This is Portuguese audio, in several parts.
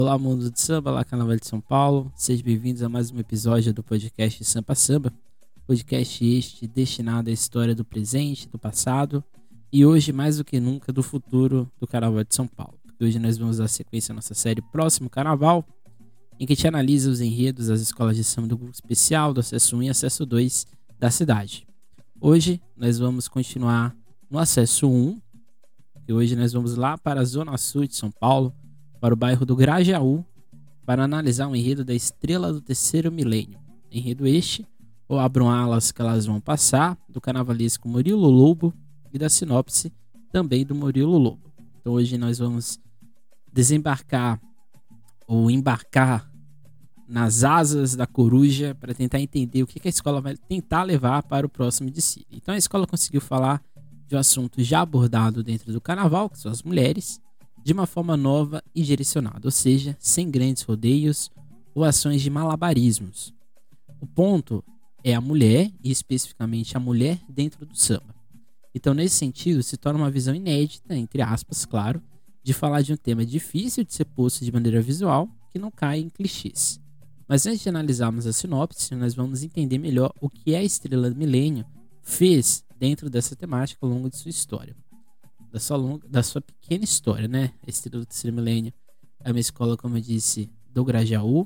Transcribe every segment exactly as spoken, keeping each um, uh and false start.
Olá, mundo do samba, olá, Carnaval de São Paulo. Sejam bem-vindos a mais um episódio do podcast Sampa Samba. Podcast este destinado à história do presente, do passado e hoje, mais do que nunca, do futuro do Carnaval de São Paulo. Porque hoje nós vamos dar sequência à nossa série Próximo Carnaval, em que a gente analisa os enredos das escolas de samba do grupo especial, do acesso um e acesso dois da cidade. Hoje nós vamos continuar no acesso um, e hoje nós vamos lá para a Zona Sul de São Paulo, para o bairro do Grajaú, para analisar o enredo da Estrela do Terceiro Milênio. Enredo este, ou abram alas que elas vão passar, do carnavalesco Murilo Lobo e da sinopse também do Murilo Lobo. Então hoje nós vamos desembarcar ou embarcar nas asas da coruja para tentar entender o que a escola vai tentar levar para o próximo desfile. Então a escola conseguiu falar de um assunto já abordado dentro do carnaval, que são as mulheres, de uma forma nova e direcionada, ou seja, sem grandes rodeios ou ações de malabarismos. O ponto é a mulher, e especificamente a mulher dentro do samba. Então, nesse sentido, se torna uma visão inédita, entre aspas, claro, de falar de um tema difícil de ser posto de maneira visual, que não cai em clichês. Mas antes de analisarmos a sinopse, nós vamos entender melhor o que a Estrela do Milênio fez dentro dessa temática ao longo de sua história. Da sua, longa, da sua pequena história, né? A Estrela do Terceiro Milênio é uma escola, como eu disse, do Grajaú.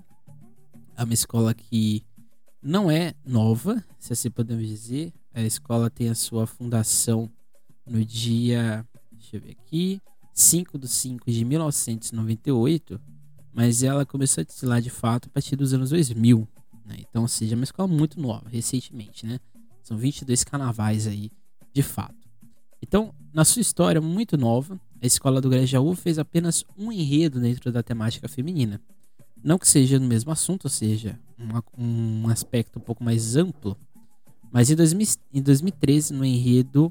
É uma escola que não é nova, se assim podemos dizer. A escola tem a sua fundação no dia, deixa eu ver aqui, cinco de cinco de mil novecentos e noventa e oito, mas ela começou a desfilar de fato a partir dos anos dois mil, né? Então, ou seja, é uma escola muito nova, recentemente, né? São vinte e dois carnavais aí, de fato. Então, na sua história muito nova, a escola do Grajaú fez apenas um enredo dentro da temática feminina. Não que seja no mesmo assunto, ou seja, um, um aspecto um pouco mais amplo, mas em, dois mil, em dois mil e treze, no enredo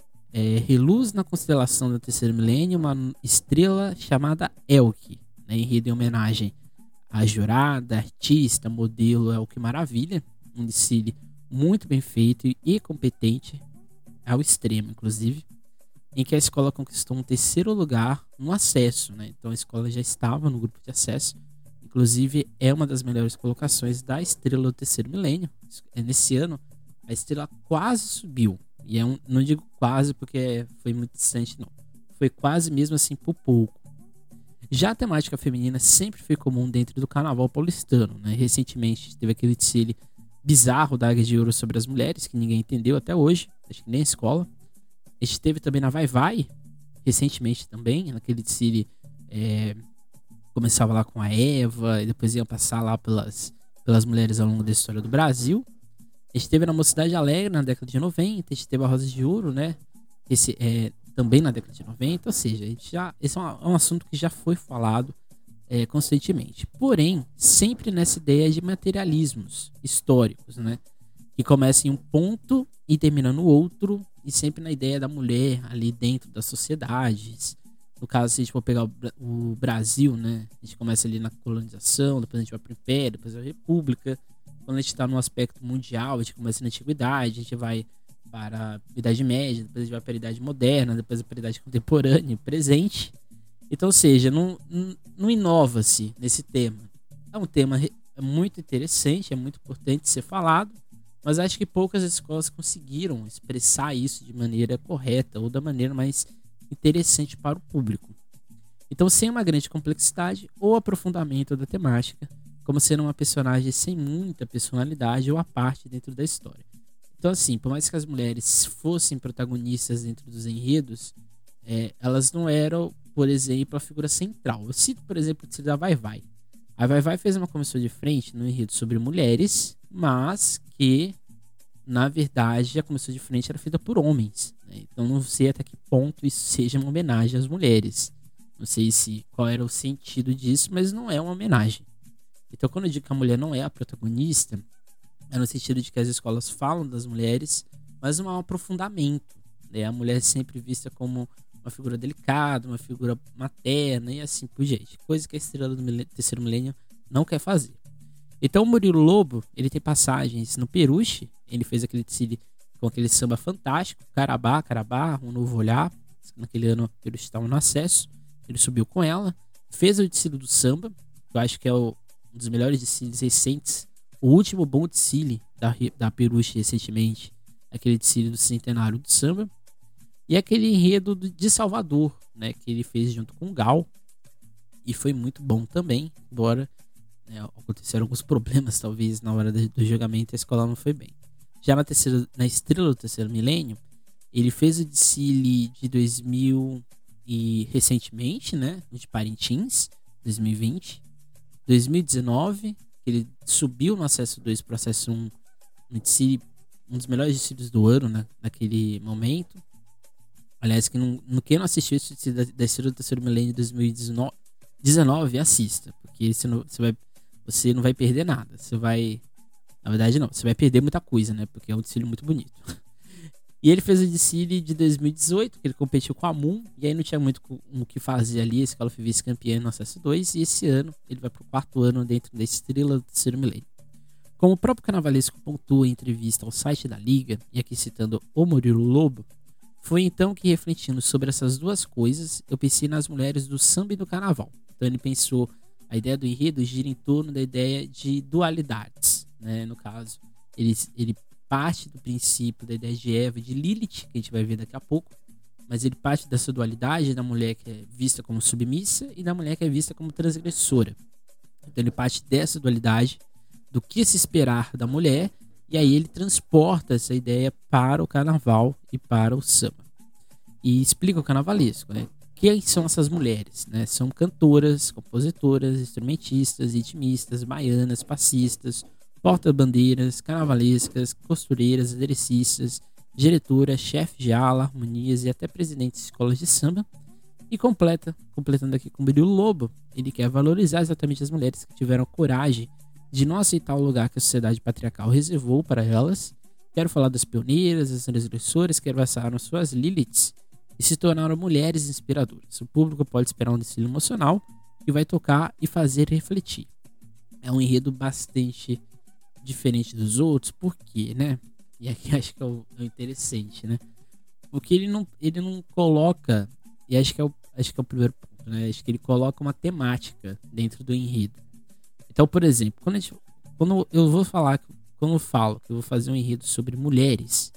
é, Reluz na Constelação do Terceiro Milênio, uma estrela chamada Elke, né, enredo em homenagem à jurada, artista, modelo Elke Maravilha, um desfile muito bem feito e competente, ao extremo, inclusive, em que a escola conquistou um terceiro lugar no acesso, né? Então a escola já estava no grupo de acesso, inclusive é uma das melhores colocações da Estrela do Terceiro Milênio. Nesse ano, a Estrela quase subiu, e é um, não digo quase porque foi muito distante, não. Foi quase mesmo assim por pouco. Já a temática feminina sempre foi comum dentro do carnaval paulistano, né? Recentemente teve aquele desfile bizarro da Águia de Ouro sobre as mulheres, que ninguém entendeu até hoje, acho que nem a escola. A gente teve também na Vai Vai, recentemente também, naquele desfile, é, começava lá com a Eva, e depois ia passar lá pelas, pelas mulheres ao longo da história do Brasil. A gente teve na Mocidade Alegre, na década de noventa, a gente teve a Rosa de Ouro, né, esse, é, também na década de noventa, ou seja, a gente já, esse é um, é um assunto que já foi falado É, constantemente, porém sempre nessa ideia de materialismos históricos, né, que começa em um ponto e termina no outro, e sempre na ideia da mulher ali dentro das sociedades. No caso, se a gente for pegar o, o Brasil, né, a gente começa ali na colonização, depois a gente vai para o Império, depois a República. Quando a gente está no aspecto mundial, a gente começa na Antiguidade, a gente vai para a Idade Média, depois a gente vai para a Idade Moderna, depois para a Idade Contemporânea e presente. Então, ou seja, não, não inova-se nesse tema. É um tema muito interessante, é muito importante ser falado, mas acho que poucas escolas conseguiram expressar isso de maneira correta ou da maneira mais interessante para o público. Então, sem uma grande complexidade ou aprofundamento da temática, como sendo uma personagem sem muita personalidade ou à parte dentro da história. Então, assim, por mais que as mulheres fossem protagonistas dentro dos enredos, é, elas não eram, por exemplo, a figura central. Eu cito, por exemplo, o da Vai Vai. A Vai Vai fez uma comissão de frente no enredo sobre mulheres, mas que, na verdade, a comissão de frente era feita por homens, né? Então não sei até que ponto isso seja uma homenagem às mulheres. Não sei se qual era o sentido disso, mas não é uma homenagem. Então, quando eu digo que a mulher não é a protagonista, é no sentido de que as escolas falam das mulheres, mas não há um aprofundamento, né? A mulher é sempre vista como uma figura delicada, uma figura materna e assim por diante. Coisa que a Estrela do Milênio, Terceiro Milênio não quer fazer. Então o Murilo Lobo, ele tem passagens no Peruche, ele fez aquele desfile com aquele samba fantástico, Carabá, Carabá, Um Novo Olhar. Naquele ano o Peruche estava no acesso, ele subiu com ela, fez o desfile do samba, que eu acho que é o, um dos melhores desfiles recentes, o último bom desfile da, da Peruche recentemente, aquele desfile do centenário do samba, e aquele enredo de Salvador, né, que ele fez junto com o Gal, e foi muito bom também, embora, né, aconteceram alguns problemas talvez na hora do, do julgamento, a escola não foi bem. Já na, terceira, na Estrela do Terceiro Milênio, ele fez o desfile de dois mil e recentemente, né, de Parintins, dois mil e vinte, dois mil e dezenove, ele subiu no Acesso dois para o Acesso um, um, desfile, um dos melhores desfiles do ano, né, naquele momento. Aliás, que não, no quem não assistiu esse desfile da, da Estrela do Terceiro Milênio de dois mil e dezenove, assista, porque você não, você, vai, você não vai perder nada. Você vai, na verdade não, você vai perder muita coisa, né, porque é um desfile muito bonito. E ele fez o desfile de dois mil e dezoito, que ele competiu com a Moon, e aí não tinha muito o que fazer ali, a escola foi vice-campeã no Acesso dois, e esse ano ele vai para o quarto ano dentro da Estrela do Terceiro Milênio. Como o próprio carnavalesco pontua em entrevista ao site da Liga, e aqui citando o Murilo Lobo, foi então que, refletindo sobre essas duas coisas, eu pensei nas mulheres do samba e do carnaval. Então ele pensou, a ideia do enredo gira em torno da ideia de dualidades, né? No caso, ele, ele parte do princípio da ideia de Eva e de Lilith, que a gente vai ver daqui a pouco, mas ele parte dessa dualidade da mulher que é vista como submissa e da mulher que é vista como transgressora. Então ele parte dessa dualidade, do que se esperar da mulher, e aí ele transporta essa ideia para o carnaval e para o samba. E explica o carnavalesco, né? Quem são essas mulheres? Né? São cantoras, compositoras, instrumentistas, ritmistas, baianas, passistas, porta-bandeiras, carnavalescas, costureiras, aderecistas, diretoras, chefe de ala, harmonias e até presidentes de escolas de samba. E completa, completando aqui com o Murilo Lobo, ele quer valorizar exatamente as mulheres que tiveram coragem de não aceitar o lugar que a sociedade patriarcal reservou para elas. Quero falar das pioneiras, das transgressoras que abraçaram suas Liliths e se tornaram mulheres inspiradoras. O público pode esperar um desfile emocional que vai tocar e fazer refletir. É um enredo bastante diferente dos outros, por quê, né? E aqui acho que é o, é o interessante, né? Porque ele não, ele não coloca, e acho que, é o, acho que é o primeiro ponto, né? Acho que ele coloca uma temática dentro do enredo. Então, por exemplo, quando, a gente, quando eu vou falar, quando eu falo que eu vou fazer um enredo sobre mulheres,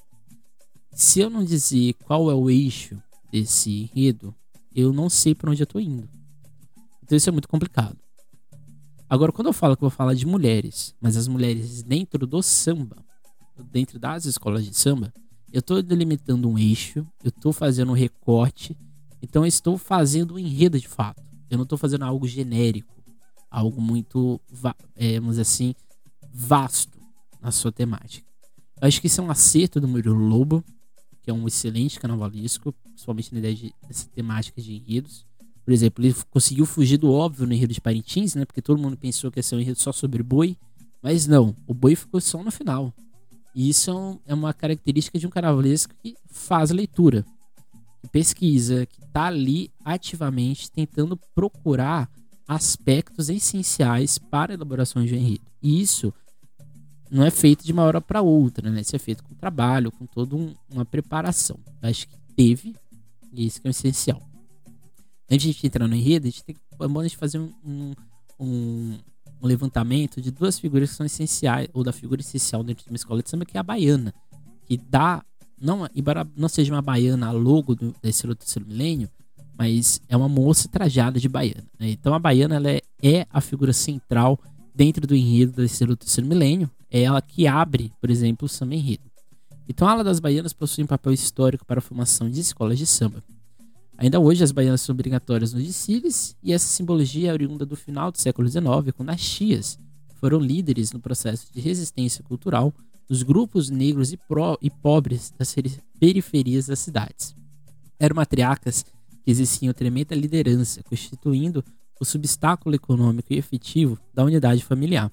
se eu não dizer qual é o eixo desse enredo, eu não sei para onde eu tô indo. Então isso é muito complicado. Agora, quando eu falo que eu vou falar de mulheres, mas as mulheres dentro do samba, dentro das escolas de samba, eu tô delimitando um eixo, eu tô fazendo um recorte, então eu estou fazendo um enredo de fato. Eu não tô fazendo algo genérico, algo muito, é, vamos dizer assim, vasto na sua temática. Eu acho que isso é um acerto do Murilo Lobo, que é um excelente carnavalesco, principalmente na ideia de, dessa temática de enredos. Por exemplo, ele conseguiu fugir do óbvio no enredo de Parintins, né? Porque todo mundo pensou que ia ser um enredo só sobre boi, mas não, o boi ficou só no final. E isso é, um, é uma característica de um carnavalesco que faz leitura, que pesquisa, que está ali ativamente tentando procurar aspectos essenciais para a elaboração de um enredo. E isso não é feito de uma hora para outra, né? Isso é feito com trabalho, com toda um, uma preparação. Eu acho que teve, e isso que é o essencial. Antes de a gente entrar no enredo, a gente tem que, é bom a gente fazer um, um, um, um levantamento de duas figuras que são essenciais, ou da figura essencial dentro de uma escola de samba, que é a baiana, que dá, não, embora não seja uma baiana a logo do, da Estrela do Terceiro Milênio, mas é uma moça trajada de baiana, né? Então a baiana ela é, é a figura central dentro do enredo da Estrela do Terceiro Milênio, é ela que abre, por exemplo, o samba enredo. Então a ala das baianas possui um papel histórico para a formação de escolas de samba. Ainda hoje as baianas são obrigatórias nos desfiles, e essa simbologia é oriunda do final do século dezenove, quando as chias foram líderes no processo de resistência cultural dos grupos negros e, pro, e pobres das periferias das cidades. Eram matriarcas que exerciam tremenda liderança, constituindo o substáculo econômico e efetivo da unidade familiar.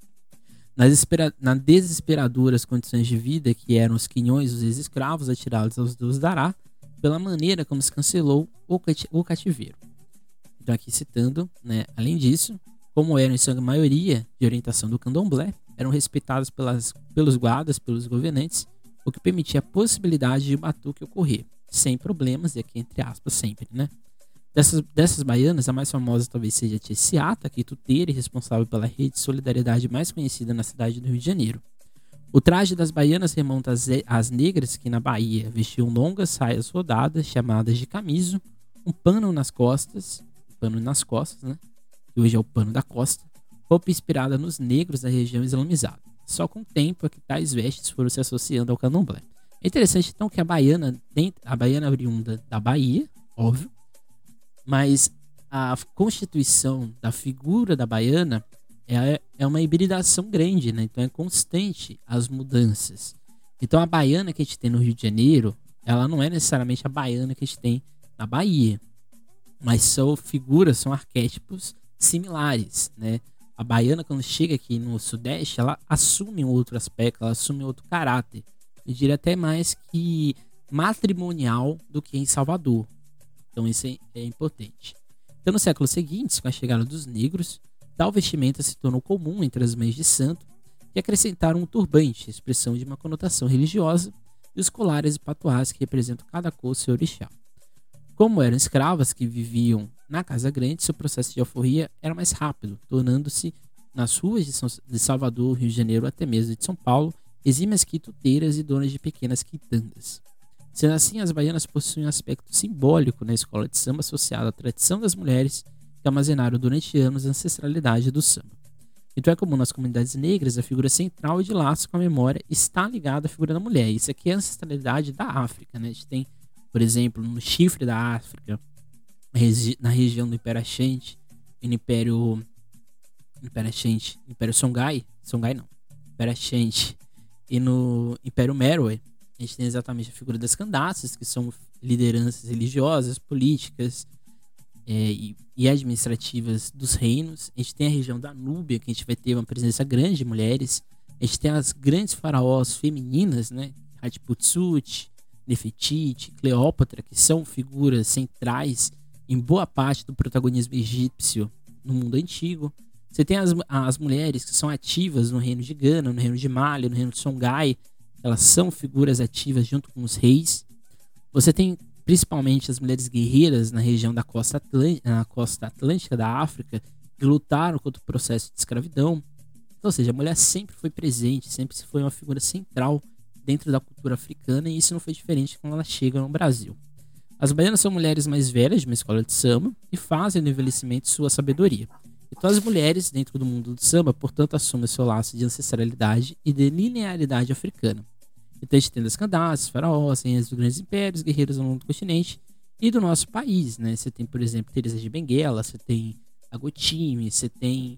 Nas, espera, nas desesperadoras condições de vida que eram os quinhões dos ex-escravos atirados aos deus Dará, pela maneira como se cancelou o cativeiro. Então aqui citando, né, além disso, como eram em sua maioria de orientação do candomblé, eram respeitados pelas, pelos guardas, pelos governantes, o que permitia a possibilidade de um batuque ocorrer, sem problemas, e aqui entre aspas sempre, né? Dessas, dessas baianas, a mais famosa talvez seja a tia Ciata, quituteira e responsável pela rede de solidariedade mais conhecida na cidade do Rio de Janeiro. O traje das baianas remonta às, às negras que na Bahia vestiam longas saias rodadas, chamadas de camiso, um pano nas costas, um pano nas costas, né? Que hoje é o pano da costa, roupa inspirada nos negros da região islamizada. Só com o tempo é que tais vestes foram se associando ao candomblé. É interessante então que a baiana, a baiana oriunda da Bahia, óbvio, mas a constituição da figura da baiana é, é uma hibridação grande, né? Então é constante as mudanças. Então a baiana que a gente tem no Rio de Janeiro, ela não é necessariamente a baiana que a gente tem na Bahia, mas são figuras, são arquétipos similares, né? A baiana, quando chega aqui no Sudeste, ela assume um outro aspecto, ela assume outro caráter. Eu diria até mais que matrimonial do que em Salvador. Então isso é, é importante. Então no século seguinte, com a chegada dos negros, tal vestimenta se tornou comum entre as mães de santo, que acrescentaram um turbante, expressão de uma conotação religiosa, e os colares e patuás que representam cada cor seu orixá. Como eram escravas que viviam na Casa Grande, seu processo de alforria era mais rápido, tornando-se nas ruas de, São, de Salvador, Rio de Janeiro, até mesmo de São Paulo, exímias quituteiras e donas de pequenas quitandas. Sendo assim, as baianas possuem um aspecto simbólico na escola de samba associado à tradição das mulheres que armazenaram durante anos a ancestralidade do samba. Então é comum nas comunidades negras a figura central e de laço com a memória está ligada à figura da mulher. Isso aqui é a ancestralidade da África, né? A gente tem, por exemplo, no chifre da África, na região do Império Axante, no Império Império Axante, Império Songhai, Songhai não, Império Axante, e no Império Meroe, a gente tem exatamente a figura das candaças, que são lideranças religiosas, políticas é, e, e administrativas dos reinos. A gente tem a região da Núbia, que a gente vai ter uma presença grande de mulheres. A gente tem as grandes faraós femininas, né? Hatshepsut, Nefertiti, Cleópatra, que são figuras centrais em boa parte do protagonismo egípcio no mundo antigo. Você tem as, as mulheres que são ativas no reino de Gana, no reino de Mali, no reino de Songhai. Elas são figuras ativas junto com os reis. Você tem principalmente as mulheres guerreiras na região da costa atlântica, na costa atlântica da África, que lutaram contra o processo de escravidão. Então, ou seja, a mulher sempre foi presente, sempre foi uma figura central dentro da cultura africana, e isso não foi diferente quando ela chega no Brasil. As baianas são mulheres mais velhas de uma escola de samba e fazem do envelhecimento sua sabedoria. Então as mulheres dentro do mundo do samba, portanto, assumem seu laço de ancestralidade e de linearidade africana. Então a gente tem das candaças, faraós, rainhas dos grandes impérios, guerreiros ao longo do continente e do nosso país, né? Você tem, por exemplo, Teresa de Benguela, você tem Agotime, você tem,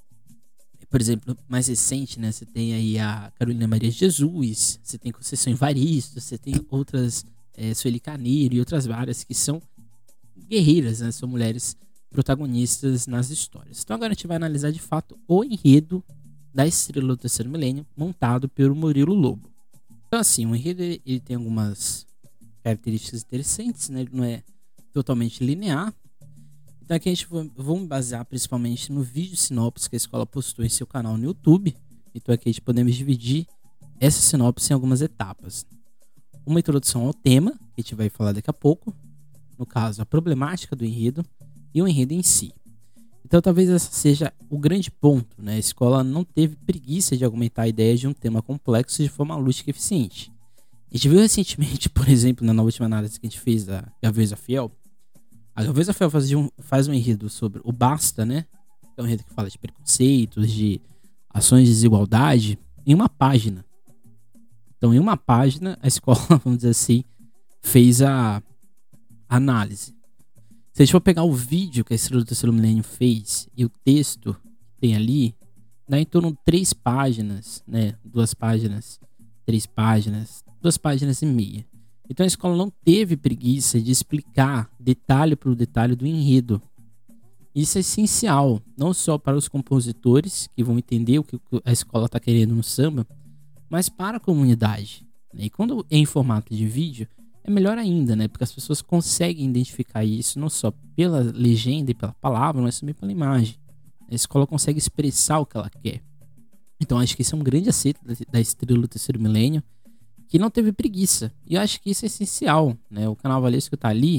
por exemplo, mais recente, né? Você tem aí a Carolina Maria de Jesus, você tem Conceição Evaristo, você tem outras, é, Sueli Carneiro e outras várias que são guerreiras, né? São mulheres protagonistas nas histórias. Então agora a gente vai analisar de fato o enredo da Estrela do Terceiro Milênio, montado pelo Murilo Lobo. Então assim, o enredo ele tem algumas características interessantes, né? Ele não é totalmente linear. Então aqui a gente vai me basear principalmente no vídeo sinopse que a escola postou em seu canal no YouTube. Então aqui a gente podemos dividir essa sinopse em algumas etapas. Uma introdução ao tema, que a gente vai falar daqui a pouco. No caso, a problemática do enredo e o enredo em si. Então talvez esse seja o grande ponto, né? A escola não teve preguiça de argumentar a ideia de um tema complexo de forma lúdica e eficiente. A gente viu recentemente, por exemplo, na última análise que a gente fez da Gaveza Fiel, a Gaveza Fiel faz um, faz um enredo sobre o Basta, né? É um enredo que fala de preconceitos, de ações de desigualdade, em uma página. Então em uma página a escola, vamos dizer assim, fez a análise. Se a gente for pegar o vídeo que a Estrela do Terceiro Milênio fez e o texto que tem ali, dá em torno de três páginas, né? Duas páginas, três páginas, duas páginas e meia. Então a escola não teve preguiça de explicar detalhe por detalhe do enredo. Isso é essencial, não só para os compositores, que vão entender o que a escola está querendo no samba, mas para a comunidade. E quando é em formato de vídeo, é melhor ainda, né? Porque as pessoas conseguem identificar isso não só pela legenda e pela palavra, mas também pela imagem. A escola consegue expressar o que ela quer. Então acho que isso é um grande acerto da Estrela do Terceiro Milênio, que não teve preguiça. E eu acho que isso é essencial, né? O carnavalesco tá ali,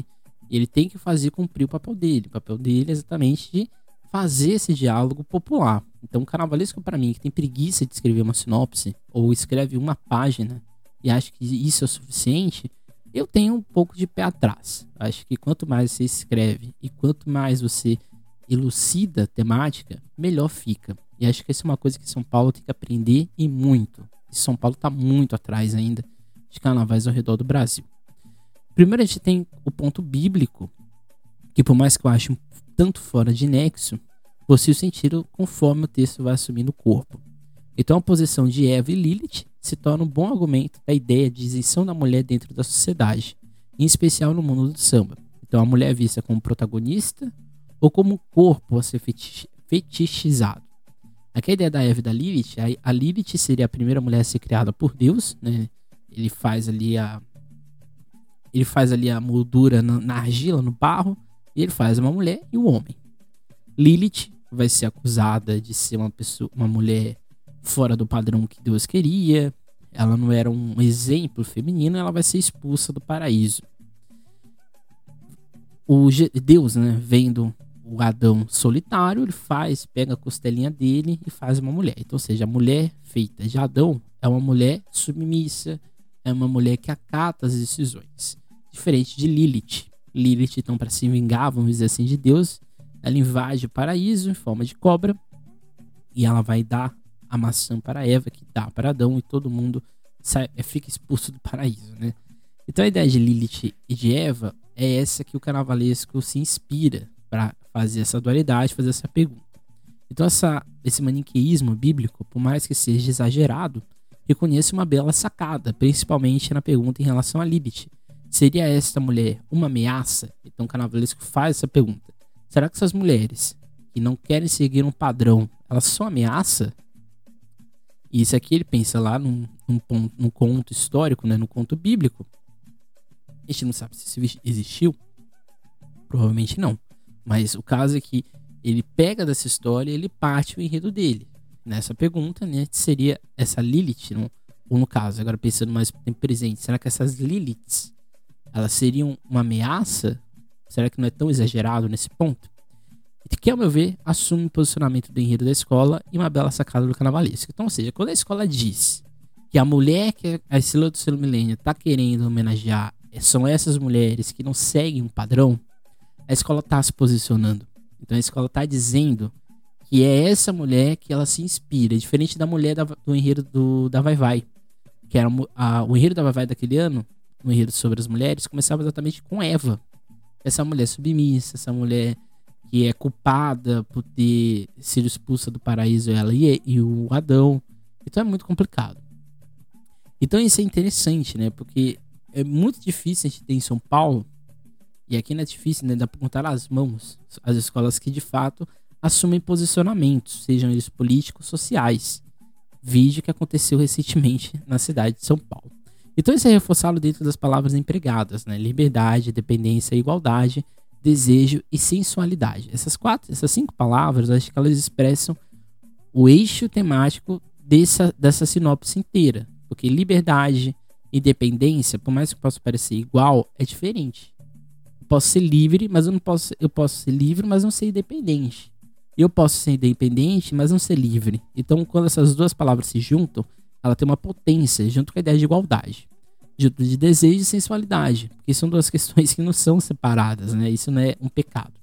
E ele tem que fazer cumprir o papel dele. O papel dele é exatamente de fazer esse diálogo popular. Então, o carnavalesco, para mim, que tem preguiça de escrever uma sinopse, ou escreve uma página e acha que isso é o suficiente, eu tenho um pouco de pé atrás. Acho que quanto mais você escreve e quanto mais você elucida a temática, melhor fica. E acho que essa é uma coisa que São Paulo tem que aprender e muito. E São Paulo está muito atrás ainda de carnavais ao redor do Brasil. Primeiro a gente tem o ponto bíblico, que por mais que eu ache um tanto fora de nexo, possui o sentido conforme o texto vai assumindo o corpo. Então a posição de Eva e Lilith se torna um bom argumento da ideia de isenção da mulher dentro da sociedade, em especial no mundo do samba. Então a mulher é vista como protagonista ou como um corpo a ser fetich- fetichizado. Aqui a ideia da Eva e da Lilith, a Lilith seria a primeira mulher a ser criada por Deus, né? Ele faz ali a ele faz ali a moldura na, na argila, no barro, e ele faz uma mulher e um homem. Lilith vai ser acusada de ser uma pessoa, uma mulher fora do padrão que Deus queria. Ela não era um exemplo feminino, ela vai ser expulsa do paraíso. O Deus, né, vendo o Adão solitário, ele faz, pega a costelinha dele e faz uma mulher. Então, ou seja, a mulher feita de Adão é uma mulher submissa, é uma mulher que acata as decisões. Diferente de Lilith. Lilith, então, para se vingar, vamos dizer assim, de Deus, ela invade o paraíso em forma de cobra e ela vai dar a maçã para Eva, que dá para Adão, e todo mundo sai, fica expulso do paraíso, né? Então a ideia de Lilith e de Eva é essa que o carnavalesco se inspira para fazer essa dualidade, fazer essa pergunta. Então essa, esse maniqueísmo bíblico, por mais que seja exagerado, reconhece uma bela sacada, principalmente na pergunta em relação a Lilith. Seria esta mulher uma ameaça? Então o carnavalesco faz essa pergunta. Será que essas mulheres que não querem seguir um padrão, elas são ameaça? E isso aqui ele pensa lá num, num, ponto, num conto histórico, né, no conto bíblico. A gente não sabe se isso existiu. Provavelmente não. Mas o caso é que ele pega dessa história e ele parte o enredo dele. Nessa pergunta, né, seria essa Lilith, não, ou no caso, agora pensando mais no tempo presente, será que essas Liliths, elas seriam uma ameaça? Será que não é tão exagerado nesse ponto? Que, ao meu ver, assume o posicionamento do enredo da escola e uma bela sacada do carnavalesco. Então, ou seja, quando a escola diz que a mulher que a estrela do selo milênio está querendo homenagear são essas mulheres que não seguem um padrão, a escola está se posicionando. Então a escola está dizendo que é essa mulher que ela se inspira, diferente da mulher da, do enredo do, da Vai Vai, que era a, o enredo da Vai Vai daquele ano, o enredo sobre as mulheres, começava exatamente com Eva, essa mulher submissa, essa mulher que é culpada por ter sido expulsa do paraíso, ela e, e o Adão. Então é muito complicado. Então isso é interessante, né? Porque é muito difícil a gente ter em São Paulo, e aqui não é difícil, né? Dá pra contar as mãos as escolas que de fato assumem posicionamentos, sejam eles políticos, sociais. Vídeo que aconteceu recentemente na cidade de São Paulo. Então isso é reforçado dentro das palavras empregadas, né? Liberdade, dependência, igualdade, desejo e sensualidade. Essas quatro, essas cinco palavras, acho que elas expressam o eixo temático dessa, dessa sinopse inteira. Porque liberdade e dependência, por mais que possa parecer igual, é diferente. Eu posso ser livre, mas eu não posso, eu posso ser livre, mas não ser independente. Eu posso ser independente, mas não ser livre. Então, quando essas duas palavras se juntam, ela tem uma potência, junto com a ideia de igualdade, junto de desejo e sensualidade, porque são duas questões que não são separadas, né? Isso não é um pecado.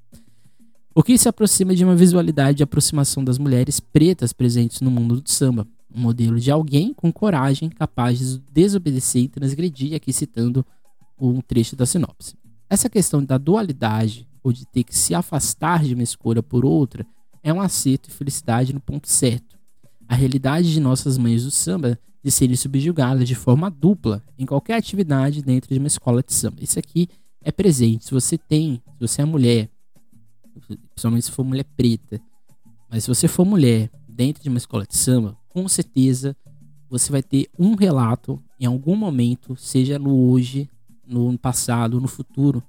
O que se aproxima de uma visualidade de aproximação das mulheres pretas presentes no mundo do samba, um modelo de alguém com coragem, capaz de desobedecer e transgredir, aqui citando um trecho da sinopse. Essa questão da dualidade, ou de ter que se afastar de uma escolha por outra, é um acerto e felicidade no ponto certo. A realidade de nossas mães do samba de serem subjugadas de forma dupla em qualquer atividade dentro de uma escola de samba. Isso aqui é presente. Se você tem, se você é mulher, principalmente se for mulher preta, mas se você for mulher dentro de uma escola de samba, com certeza você vai ter um relato em algum momento, seja no hoje, no passado, no futuro,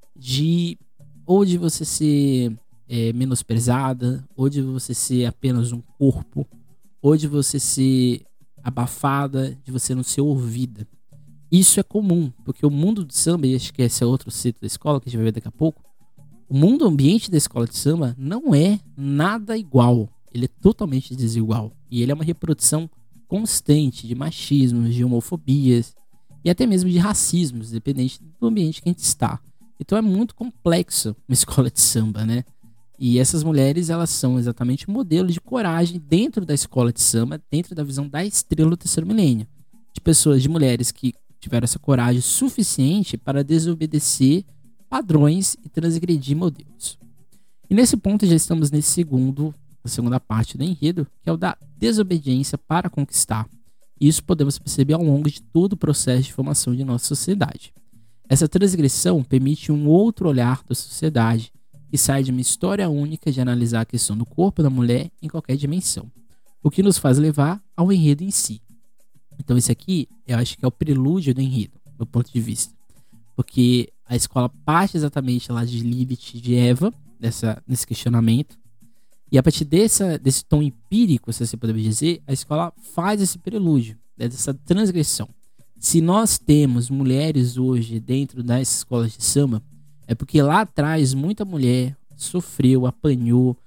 de ou de você ser é, menosprezada, ou de você ser apenas um corpo, ou de você ser abafada, de você não ser ouvida. isso é comum, porque o mundo do samba, e acho que esse é outro cito da escola, que a gente vai ver daqui a pouco, o mundo ambiente da escola de samba não é nada igual. Ele é totalmente desigual. E ele é uma reprodução constante de machismos, de homofobias e até mesmo de racismos, dependente do ambiente que a gente está. Então é muito complexo uma escola de samba, né? E essas mulheres, elas são exatamente um modelo de coragem dentro da escola de samba, dentro da visão da estrela do terceiro milênio. De pessoas, de mulheres que tiveram essa coragem suficiente para desobedecer padrões e transgredir modelos. E nesse ponto já estamos nesse segundo, na segunda parte do enredo, que é o da desobediência para conquistar. E isso podemos perceber ao longo de todo o processo de formação de nossa sociedade. Essa transgressão permite um outro olhar da sociedade, que sai de uma história única de analisar a questão do corpo da mulher em qualquer dimensão, o que nos faz levar ao enredo em si. Então esse aqui, eu acho que é o prelúdio do enredo, do meu ponto de vista. Porque a escola parte exatamente lá de Lilith, de Eva, dessa, nesse questionamento. E a partir dessa, desse tom empírico, se você puder dizer, a escola faz esse prelúdio, né, dessa transgressão. Se nós temos mulheres hoje dentro das escolas de samba, é porque lá atrás muita mulher sofreu, apanhou,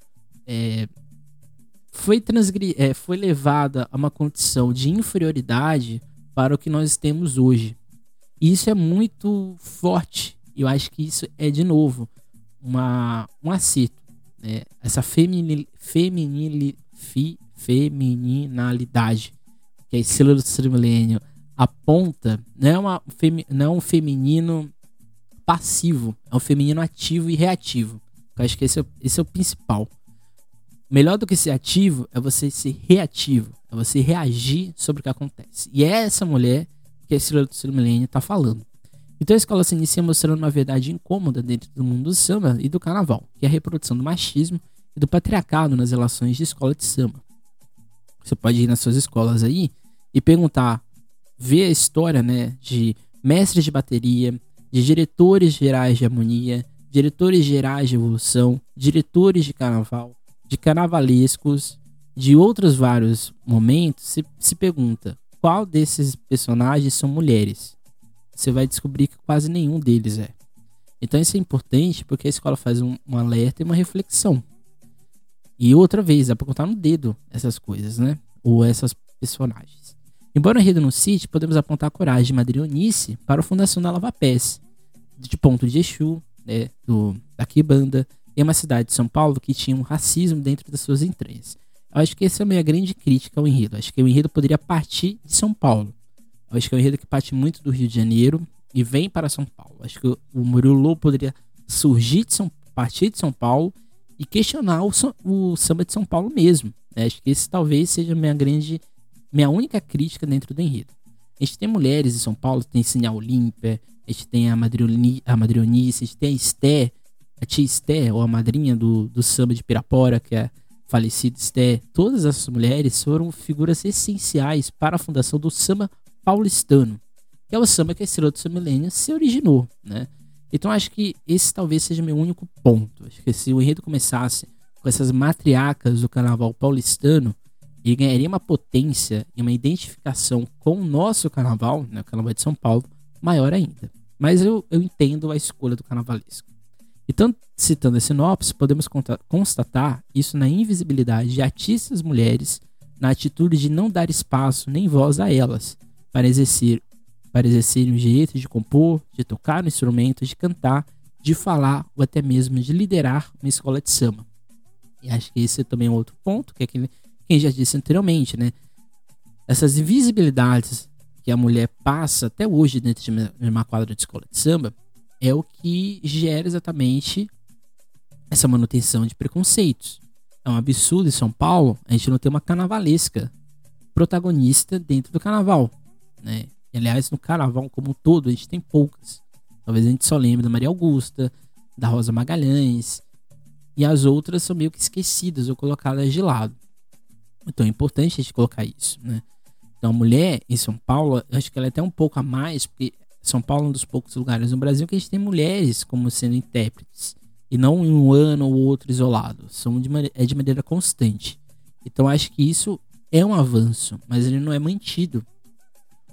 é, foi, transgre- é, foi levada a uma condição de inferioridade para o que nós temos hoje. E isso é muito forte. Eu acho que isso é, de novo, uma, um acerto. Né? Essa feminil, feminil, fi, femininalidade que a estrela do terceiro milênio aponta, não é, uma, não é um feminino passivo, é um feminino ativo e reativo. Eu acho que esse é, esse é o principal. Melhor do que ser ativo é você ser reativo, é você reagir sobre o que acontece. E é essa mulher que a estrela do terceiro milênio está falando. Então a escola se inicia mostrando uma verdade incômoda dentro do mundo do samba e do carnaval, que é a reprodução do machismo e do patriarcado nas relações de escola de samba. Você pode ir nas suas escolas aí e perguntar, ver a história, né, de mestres de bateria, de diretores gerais de harmonia, diretores gerais de evolução, diretores de carnaval, de carnavalescos, de outros vários momentos. Se, se pergunta, qual desses personagens são mulheres? Você vai descobrir que quase nenhum deles é. Então isso é importante porque a escola faz um, um alerta e uma reflexão. E outra vez, dá pra contar no dedo essas coisas, né? Ou essas personagens. Embora o enredo não cite, podemos apontar a coragem de Madre Eunice para a fundação da Lava Pés, de Ponto de Exu, né, do, da Quibanda, em uma cidade de São Paulo que tinha um racismo dentro das suas entranhas. Eu acho que essa é a minha grande crítica ao enredo. Eu acho que o enredo poderia partir de São Paulo. Eu acho que é um enredo que parte muito do Rio de Janeiro e vem para São Paulo. Eu acho que o Murilo poderia surgir de São, partir de São Paulo e questionar o, o samba de São Paulo mesmo. Eu acho que esse talvez seja a minha grande, minha única crítica dentro do enredo. A gente tem mulheres em São Paulo, tem Sinha Olímpia, a gente tem a Madre Eunice, a gente tem a Esté, a tia Esté, ou a madrinha do, do samba de Pirapora, que é a falecida Esté. Todas essas mulheres foram figuras essenciais para a fundação do samba paulistano, que é o samba que a estrela do seu milênio se originou, né? Então acho que esse talvez seja meu único ponto. Acho que se o enredo começasse com essas matriarcas do carnaval paulistano, ele ganharia uma potência e uma identificação com o nosso carnaval, né, o carnaval de São Paulo, maior ainda. Mas eu, eu entendo a escolha do carnavalesco. Então, citando a sinopse, podemos constatar isso na invisibilidade de artistas mulheres, na atitude de não dar espaço nem voz a elas, para exercer, para exercerem o direito de compor, de tocar no instrumento, de cantar, de falar ou até mesmo de liderar uma escola de samba. E acho que esse é também um outro ponto, que é que quem já disse anteriormente, né? Essas invisibilidades que a mulher passa até hoje dentro de uma quadra de escola de samba é o que gera exatamente essa manutenção de preconceitos. É um absurdo em São Paulo a gente não ter uma carnavalesca protagonista dentro do carnaval, né? E, aliás, no carnaval como um todo a gente tem poucas. Talvez a gente só lembre da Maria Augusta, da Rosa Magalhães, e as outras são meio que esquecidas ou colocadas de lado. Então é importante a gente colocar isso, né? Então a mulher em São Paulo, eu acho que ela é até um pouco a mais, porque São Paulo é um dos poucos lugares no Brasil que a gente tem mulheres como sendo intérpretes, e não em um ano ou outro isolado, são de maneira, é de maneira constante. Então acho que isso é um avanço, mas ele não é mantido.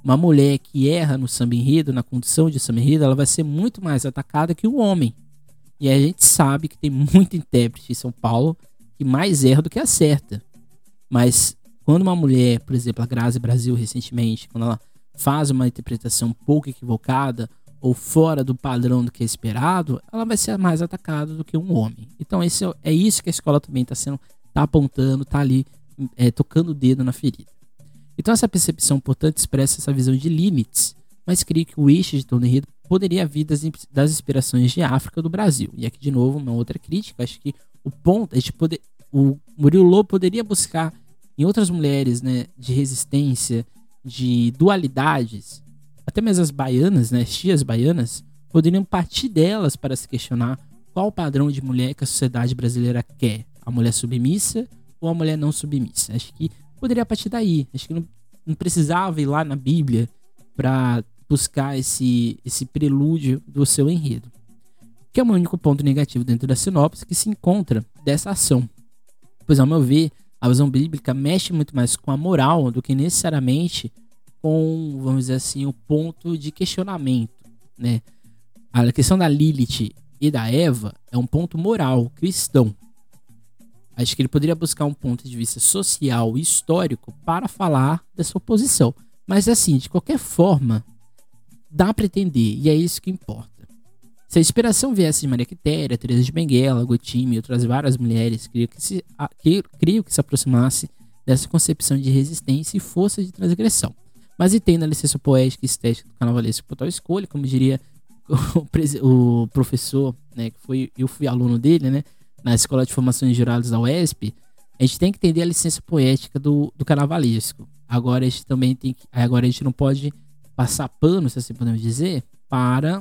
Uma mulher que erra no samba enredo, na condução de samba enredo, ela vai ser muito mais atacada que o homem. E a gente sabe que tem muito intérprete em São Paulo que mais erra do que acerta. Mas quando uma mulher, por exemplo, a Grazi Brasil recentemente, quando ela faz uma interpretação pouco equivocada ou fora do padrão do que é esperado, ela vai ser mais atacada do que um homem. Então esse é, é isso que a escola também está sendo, tá apontando, está ali é, tocando o dedo na ferida. Então essa percepção, portanto, expressa essa visão de limites, mas creio que o eixo de todo o enredo poderia vir das, das inspirações de África do Brasil. E aqui, de novo, uma outra crítica. Acho que o ponto, a gente poder, o Murilo Lobo poderia buscar em outras mulheres, né, de resistência, de dualidades, até mesmo as baianas, né, as tias baianas, poderiam partir delas para se questionar qual o padrão de mulher que a sociedade brasileira quer. A mulher submissa ou a mulher não submissa? Acho que poderia partir daí. Acho que não, não precisava ir lá na Bíblia para buscar esse, esse prelúdio do seu enredo. Que é o único ponto negativo dentro da sinopse que se encontra dessa ação. Pois, ao meu ver, a visão bíblica mexe muito mais com a moral do que necessariamente com, vamos dizer assim, o ponto de questionamento, né? A questão da Lilith e da Eva é um ponto moral, cristão. Acho que ele poderia buscar um ponto de vista social e histórico para falar dessa oposição. Mas assim, de qualquer forma, dá para entender, e é isso que importa. Se a inspiração viesse de Maria Quitéria, Teresa de Benguela, Gotime e outras várias mulheres, creio que, se, a, que, creio que se aproximasse dessa concepção de resistência e força de transgressão. Mas entendo a licença poética e estética do carnavalesco por tal escolha, como diria o, o professor, né, que foi, eu fui aluno dele, né, na Escola de Formação de Jurados da U E S P, a gente tem que entender a licença poética do, do carnavalesco. Agora a gente também tem que, agora a gente não pode passar pano, se assim podemos dizer, para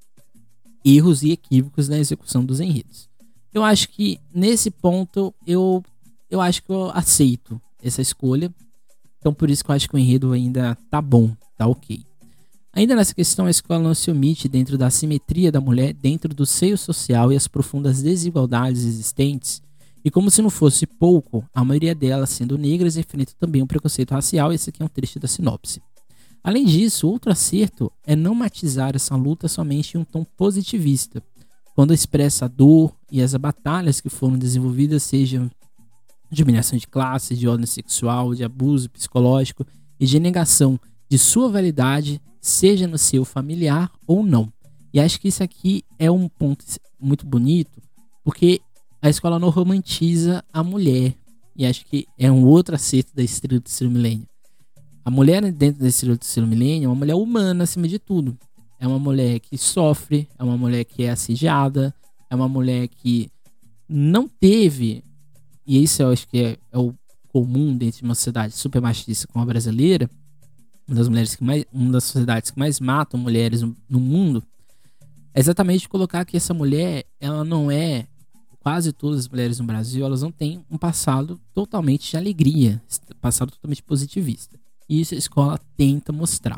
erros e equívocos na execução dos enredos. Eu acho que nesse ponto eu, eu acho que eu aceito essa escolha. Então por isso que eu acho que o enredo ainda tá bom, tá ok. Ainda nessa questão, a escola não se omite dentro da assimetria da mulher, dentro do seio social e as profundas desigualdades existentes. E como se não fosse pouco, a maioria delas, sendo negras, enfrenta também um preconceito racial. Esse aqui é um trecho da sinopse. Além disso, outro acerto é não matizar essa luta somente em um tom positivista, quando expressa a dor e as batalhas que foram desenvolvidas, sejam de humilhação de classe, de ordem sexual, de abuso psicológico e de negação de sua validade, seja no seu familiar ou não. E acho que isso aqui é um ponto muito bonito, porque a escola não romantiza a mulher. E acho que é um outro acerto da estrela do terceiro milênio. A mulher dentro da estrela do terceiro milênio é uma mulher humana acima de tudo. É uma mulher que sofre, é uma mulher que é assediada, é uma mulher que não teve, e isso eu acho que é, é o comum dentro de uma sociedade super machista como a brasileira, uma das mulheres que mais, uma das sociedades que mais matam mulheres no, no mundo, é exatamente colocar que essa mulher, ela não é, quase todas as mulheres no Brasil, elas não têm um passado totalmente de alegria, passado totalmente positivista. E isso a escola tenta mostrar.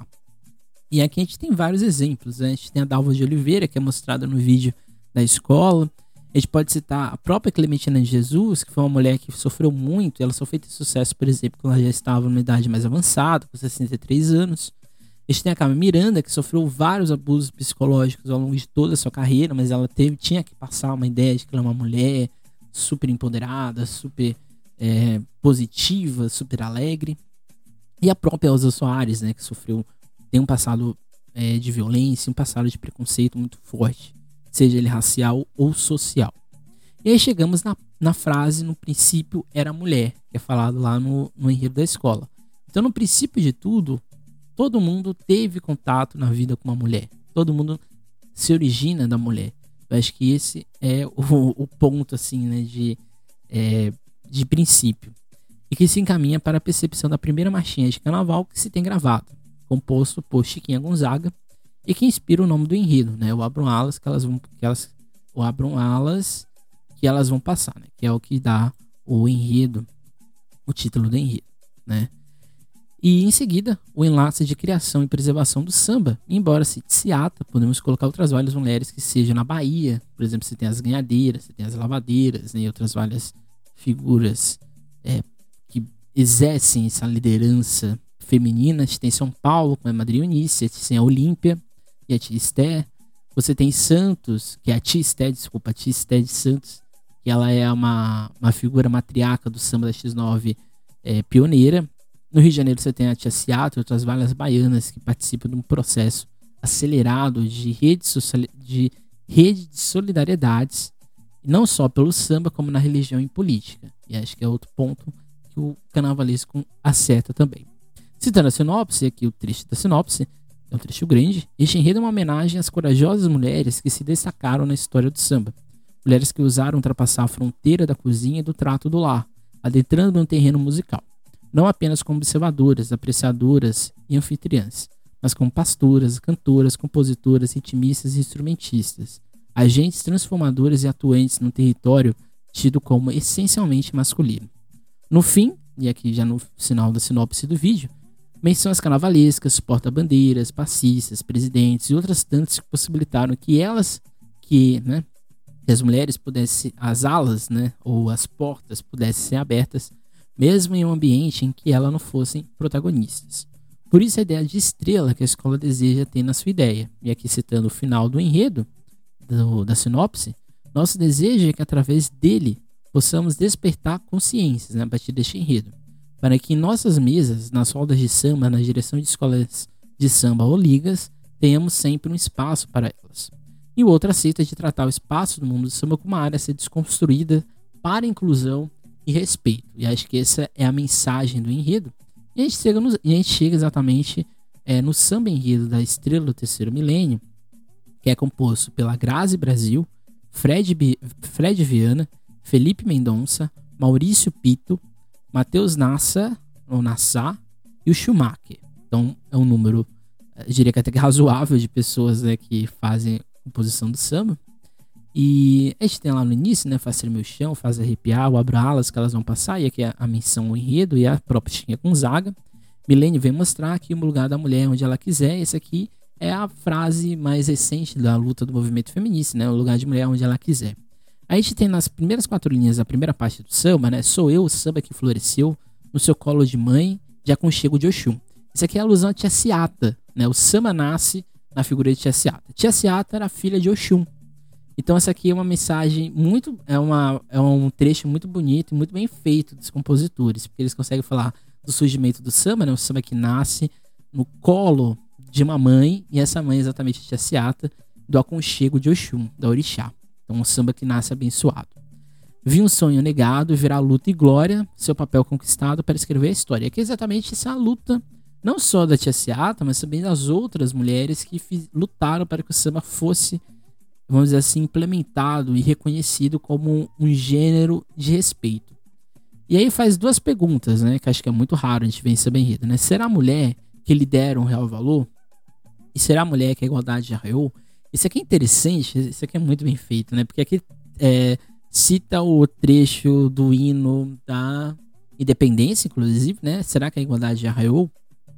E aqui a gente tem vários exemplos, né? A gente tem a Dalva de Oliveira, que é mostrada no vídeo da escola. A gente pode citar a própria Clementina de Jesus, que foi uma mulher que sofreu muito. Ela só fez sucesso, por exemplo, quando ela já estava numa idade mais avançada, com sessenta e três anos. A gente tem a Carmen Miranda, que sofreu vários abusos psicológicos ao longo de toda a sua carreira, mas ela teve, tinha que passar uma ideia de que ela é uma mulher super empoderada, super é, positiva, super alegre. E a própria Elza Soares, né, que sofreu, tem um passado é, de violência, um passado de preconceito muito forte, seja ele racial ou social. E aí chegamos na, na frase, no princípio era mulher, que é falado lá no, no enredo da escola. Então, no princípio de tudo, todo mundo teve contato na vida com uma mulher. Todo mundo se origina da mulher. Eu acho que esse é o, o ponto, assim, né, de, é, de princípio. E que se encaminha para a percepção da primeira marchinha de carnaval que se tem gravado, composto por Chiquinha Gonzaga, e que inspira o nome do enredo, né? O Abram Alas, que elas vão, que elas, o Abram Alas que elas vão passar, né? Que é o que dá o enredo, o título do enredo, né? E em seguida, o enlace de criação e preservação do samba. Embora se ata, podemos colocar outras várias mulheres que sejam na Bahia. Por exemplo, você tem as ganhadeiras, você tem as lavadeiras, né? E outras várias figuras é, que exercem essa liderança feminina. A gente tem São Paulo, com a Madre Eunice, a gente tem a Olímpia e a Tia Esté. Você tem Santos, que é a Tia Esté, desculpa, a Tia Esté de Santos, que ela é uma, uma figura matriarca do samba da X nove, é, pioneira. No Rio de Janeiro você tem a Tia Ciata e outras várias baianas que participam de um processo acelerado de rede, social, de rede de solidariedades, não só pelo samba, como na religião e política. E acho que é outro ponto que o carnavalesco acerta também. Citando a sinopse, aqui o trecho da sinopse, é um trecho grande. Este enredo é uma homenagem às corajosas mulheres que se destacaram na história do samba. Mulheres que ousaram ultrapassar a fronteira da cozinha e do trato do lar, adentrando no terreno musical. Não apenas como observadoras, apreciadoras e anfitriãs, mas como pastoras, cantoras, compositoras, ritmistas e instrumentistas. Agentes transformadores e atuantes num território tido como essencialmente masculino. No fim, e aqui já no final da sinopse do vídeo, menções carnavalescas, porta-bandeiras, passistas, presidentes e outras tantas que possibilitaram que elas, que, né, que as mulheres pudessem, as alas, né, ou as portas pudessem ser abertas, mesmo em um ambiente em que elas não fossem protagonistas. Por isso a ideia de estrela que a escola deseja ter na sua ideia. E aqui citando o final do enredo, do, da sinopse, nosso desejo é que através dele possamos despertar consciências, né, a partir deste enredo, para que em nossas mesas, nas rodas de samba, na direção de escolas de samba ou ligas, tenhamos sempre um espaço para elas. E o outro aceita de tratar o espaço do mundo do samba como uma área a ser desconstruída para inclusão e respeito. E acho que essa é a mensagem do enredo. E a gente chega, no, e a gente chega exatamente é, no samba enredo da Estrela do Terceiro Milênio, que é composto pela Grazi Brasil, Fred, Fred Viana, Felipe Mendonça, Maurício Pito, Matheus Nassa, ou Nassá, e o Schumacher. Então é um número, eu diria que até que razoável, de pessoas, né, que fazem composição do samba. E a gente tem lá no início, né, Faz Tremer Meu Chão, Faz Arrepiar, o Abra Alas, que elas vão passar, e aqui é a menção ao enredo e a própria Chiquinha Gonzaga. Milênio vem mostrar aqui o lugar da mulher onde ela quiser. Esse aqui é a frase mais recente da luta do movimento feminista, né, o lugar de mulher onde ela quiser. A gente tem nas primeiras quatro linhas da primeira parte do samba, né, sou eu, o samba que floresceu, no seu colo de mãe, de aconchego de Oxum. Isso aqui é a alusão a Tia Ciata, né, o samba nasce na figura de Tia Ciata. Tia Ciata era filha de Oxum. Então essa aqui é uma mensagem muito, é, uma, é um trecho muito bonito e muito bem feito dos compositores, porque eles conseguem falar do surgimento do samba, né, o samba que nasce no colo de uma mãe, e essa mãe é exatamente a Tia Ciata, do aconchego de Oxum, da Orixá. Então um samba que nasce abençoado. Vi um sonho negado, virá luta e glória, seu papel conquistado para escrever a história. Aqui é exatamente essa luta, não só da Tia Ciata, mas também das outras mulheres que fiz, lutaram para que o samba fosse, vamos dizer assim, implementado e reconhecido como um, um gênero de respeito. E aí faz duas perguntas, né, que acho que é muito raro a gente ver em samba enredo, né? Será a mulher que lidera um real valor? E será a mulher que a igualdade já arreou? Isso aqui é interessante, isso aqui é muito bem feito, né? Porque aqui é, cita o trecho do hino da independência, inclusive, né? Será que a igualdade já arreou?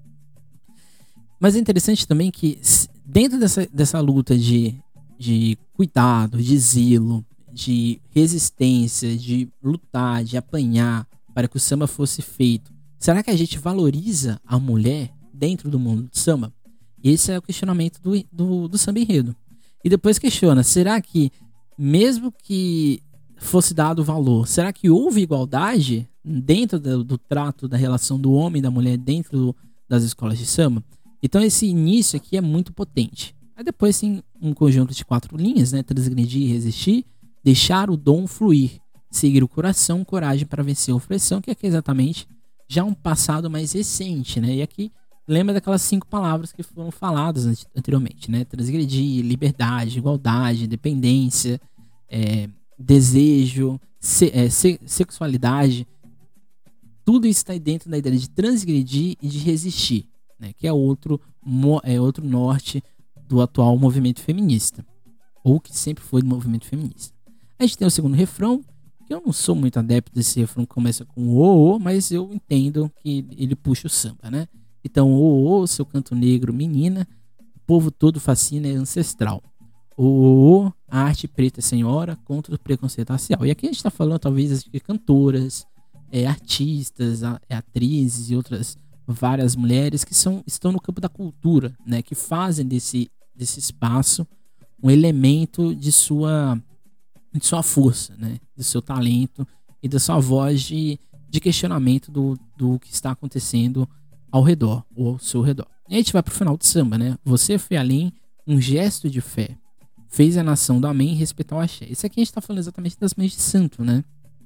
Mas é interessante também que dentro dessa, dessa luta de, de cuidado, de zelo, de resistência, de lutar, de apanhar para que o samba fosse feito, será que a gente valoriza a mulher dentro do mundo do samba? Esse é o questionamento do, do, do samba enredo. E depois questiona, será que, mesmo que fosse dado valor, será que houve igualdade dentro do, do trato da relação do homem e da mulher dentro do, das escolas de samba? Então esse início aqui é muito potente. Aí depois tem um conjunto de quatro linhas, né? Transgredir e resistir, deixar o dom fluir, seguir o coração, coragem para vencer a opressão, que aqui é exatamente já um passado mais recente, né? E aqui lembra daquelas cinco palavras que foram faladas anteriormente, né? Transgredir, liberdade, igualdade, independência, é, desejo, se, é, se, sexualidade. Tudo isso está dentro da ideia de transgredir e de resistir, né? Que é outro, é outro norte do atual movimento feminista, ou que sempre foi do movimento feminista. A gente tem o segundo refrão, que eu não sou muito adepto desse refrão que começa com o, o, mas eu entendo que ele puxa o samba, né? Então, o, o, seu canto negro, menina, o povo todo fascina, é ancestral. O, o, o, a arte preta senhora contra o preconceito racial. E aqui a gente está falando, talvez, de cantoras, é, artistas, a, é, atrizes e outras várias mulheres que são, estão no campo da cultura, né? Que fazem desse, desse espaço um elemento de sua, de sua força, né? Do seu talento e da sua voz de, de questionamento do, do que está acontecendo ao redor, ou ao seu redor. E a gente vai pro final do samba, né? Você foi além, um gesto de fé, fez a nação do amém respeitar o axé. Isso aqui a gente tá falando exatamente das mães de santo, né?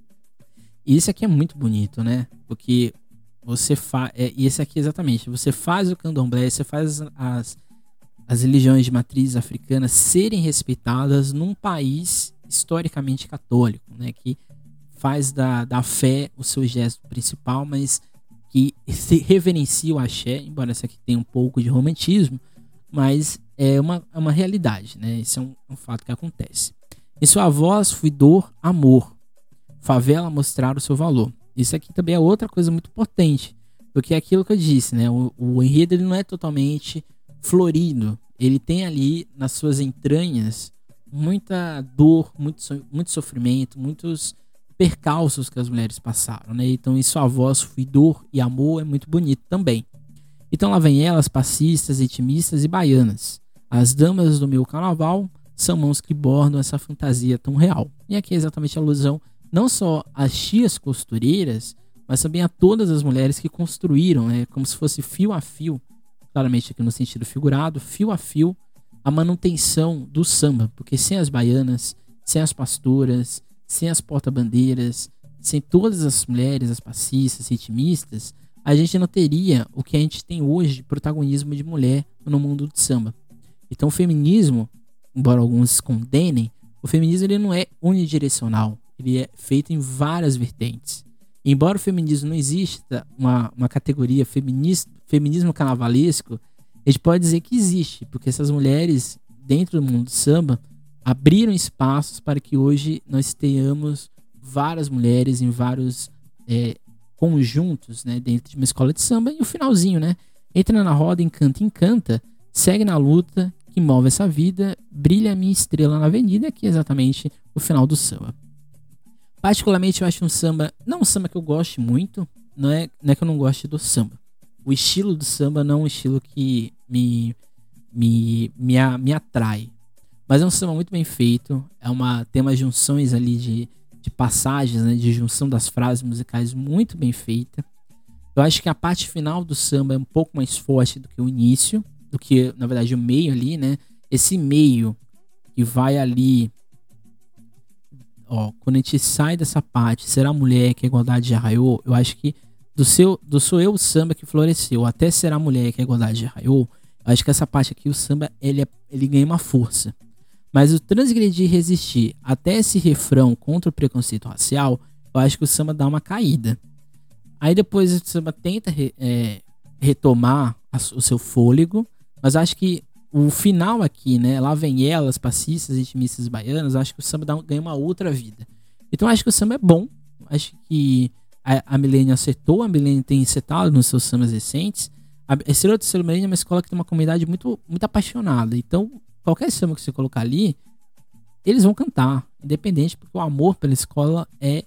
E isso aqui é muito bonito, né? Porque você faz... É, e esse aqui exatamente, você faz o candomblé, você faz as, as religiões de matriz africana serem respeitadas num país historicamente católico, né? Que faz da, da fé o seu gesto principal, mas que se reverencia o axé, embora essa aqui tenha um pouco de romantismo, mas é uma, é uma realidade, né? Isso é um, um fato que acontece. Em sua voz fui dor, amor, favela mostrar o seu valor. Isso aqui também é outra coisa muito potente, porque é aquilo que eu disse, né? O, o enredo ele não é totalmente florido, ele tem ali nas suas entranhas muita dor, muito, so, muito sofrimento, muitos percalços que as mulheres passaram, né? Então, em sua voz, fui dor e amor é muito bonito também. Então, lá vem elas, passistas, etimistas e baianas. As damas do meu carnaval são mãos que bordam essa fantasia tão real. E aqui é exatamente a alusão não só às tias costureiras, mas também a todas as mulheres que construíram, né? Como se fosse fio a fio, claramente aqui no sentido figurado, fio a fio, a manutenção do samba. Porque sem as baianas, sem as pastoras, sem as porta-bandeiras, sem todas as mulheres, as passistas, ritmistas, a gente não teria o que a gente tem hoje de protagonismo de mulher no mundo do samba. Então o feminismo, embora alguns condenem, o feminismo ele não é unidirecional, ele é feito em várias vertentes. E embora o feminismo não exista uma, uma categoria feminista, feminismo carnavalesco, a gente pode dizer que existe, porque essas mulheres dentro do mundo do samba abriram espaços para que hoje nós tenhamos várias mulheres em vários é, conjuntos, né, dentro de uma escola de samba. E o finalzinho, né? Entra na roda, encanta, encanta, segue na luta que move essa vida, brilha a minha estrela na avenida, que é exatamente o final do samba. Particularmente eu acho um samba, não um samba que eu goste muito, não é, não é que eu não goste do samba. O estilo do samba não é um estilo que me, me, me, me atrai. Mas é um samba muito bem feito, é uma, tem umas junções ali de, de passagens, né, de junção das frases musicais muito bem feita. Eu acho que a parte final do samba é um pouco mais forte do que o início, do que, na verdade, o meio ali, né? Esse meio que vai ali, ó, quando a gente sai dessa parte, será a mulher que a igualdade já raiou, eu acho que do seu, do sou eu o samba que floresceu, até será a mulher que a igualdade já raiou, eu acho que essa parte aqui, o samba, ele, é, ele ganha uma força. Mas o transgredir e resistir até esse refrão contra o preconceito racial, eu acho que o samba dá uma caída. Aí depois o samba tenta re, é, retomar a, o seu fôlego, mas acho que o final aqui, né, lá vem elas, passistas, ritmistas baianas, acho que o samba dá, ganha uma outra vida. Então acho que o samba é bom, acho que a, a Milênio acertou, a Milênio tem acertado nos seus sambas recentes. A Estrela do Terceiro Milênio é uma escola que tem uma comunidade muito, muito apaixonada, então qualquer samba que você colocar ali, eles vão cantar, independente, porque o amor pela escola é,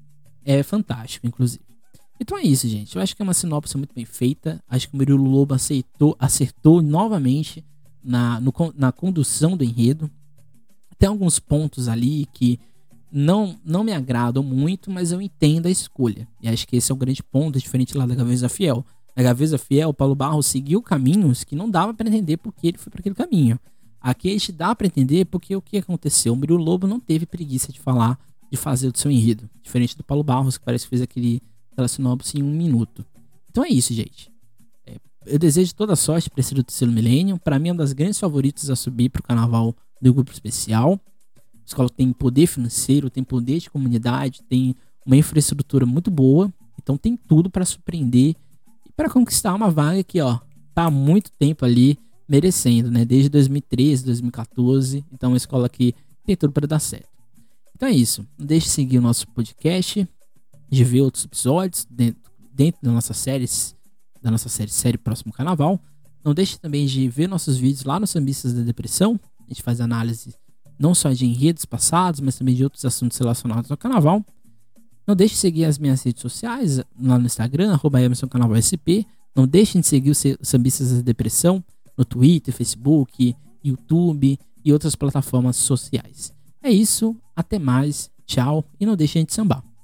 é fantástico, inclusive. Então é isso, gente. Eu acho que é uma sinopse muito bem feita. Acho que o Murilo Lobo aceitou, acertou novamente na, no, na condução do enredo. Tem alguns pontos ali que não, não me agradam muito, mas eu entendo a escolha. E acho que esse é o grande ponto, diferente lá da Gaveza Fiel. Na Gaveza Fiel, o Paulo Barros seguiu caminhos que não dava para entender porque ele foi para aquele caminho. Aqui a gente dá para entender porque o que aconteceu. O Murilo Lobo não teve preguiça de falar, de fazer do seu enredo. Diferente do Paulo Barros, que parece que fez aquele, aquela sinopse em um minuto. Então é isso, gente. É, eu desejo toda a sorte para esse do Terceiro Milênio. Para mim é uma das grandes favoritas a subir para o carnaval do grupo especial. A escola tem poder financeiro, tem poder de comunidade, tem uma infraestrutura muito boa. Então tem tudo para surpreender e para conquistar uma vaga que, ó, tá há muito tempo ali merecendo, né? Desde dois mil e treze, dois mil e quatorze. Então é uma escola que tem tudo para dar certo. Então é isso. Não deixe de seguir o nosso podcast, de ver outros episódios dentro, dentro da nossa série, da nossa série, série Próximo Carnaval. Não deixe também de ver nossos vídeos lá no Sambistas da Depressão. A gente faz análise não só de enredos passados, mas também de outros assuntos relacionados ao carnaval. Não deixe de seguir as minhas redes sociais lá no Instagram, arroba Emerson Carnaval S P. Não deixem de seguir os Sambistas da Depressão no Twitter, Facebook, YouTube e outras plataformas sociais. É isso, até mais, tchau e não deixem de sambar.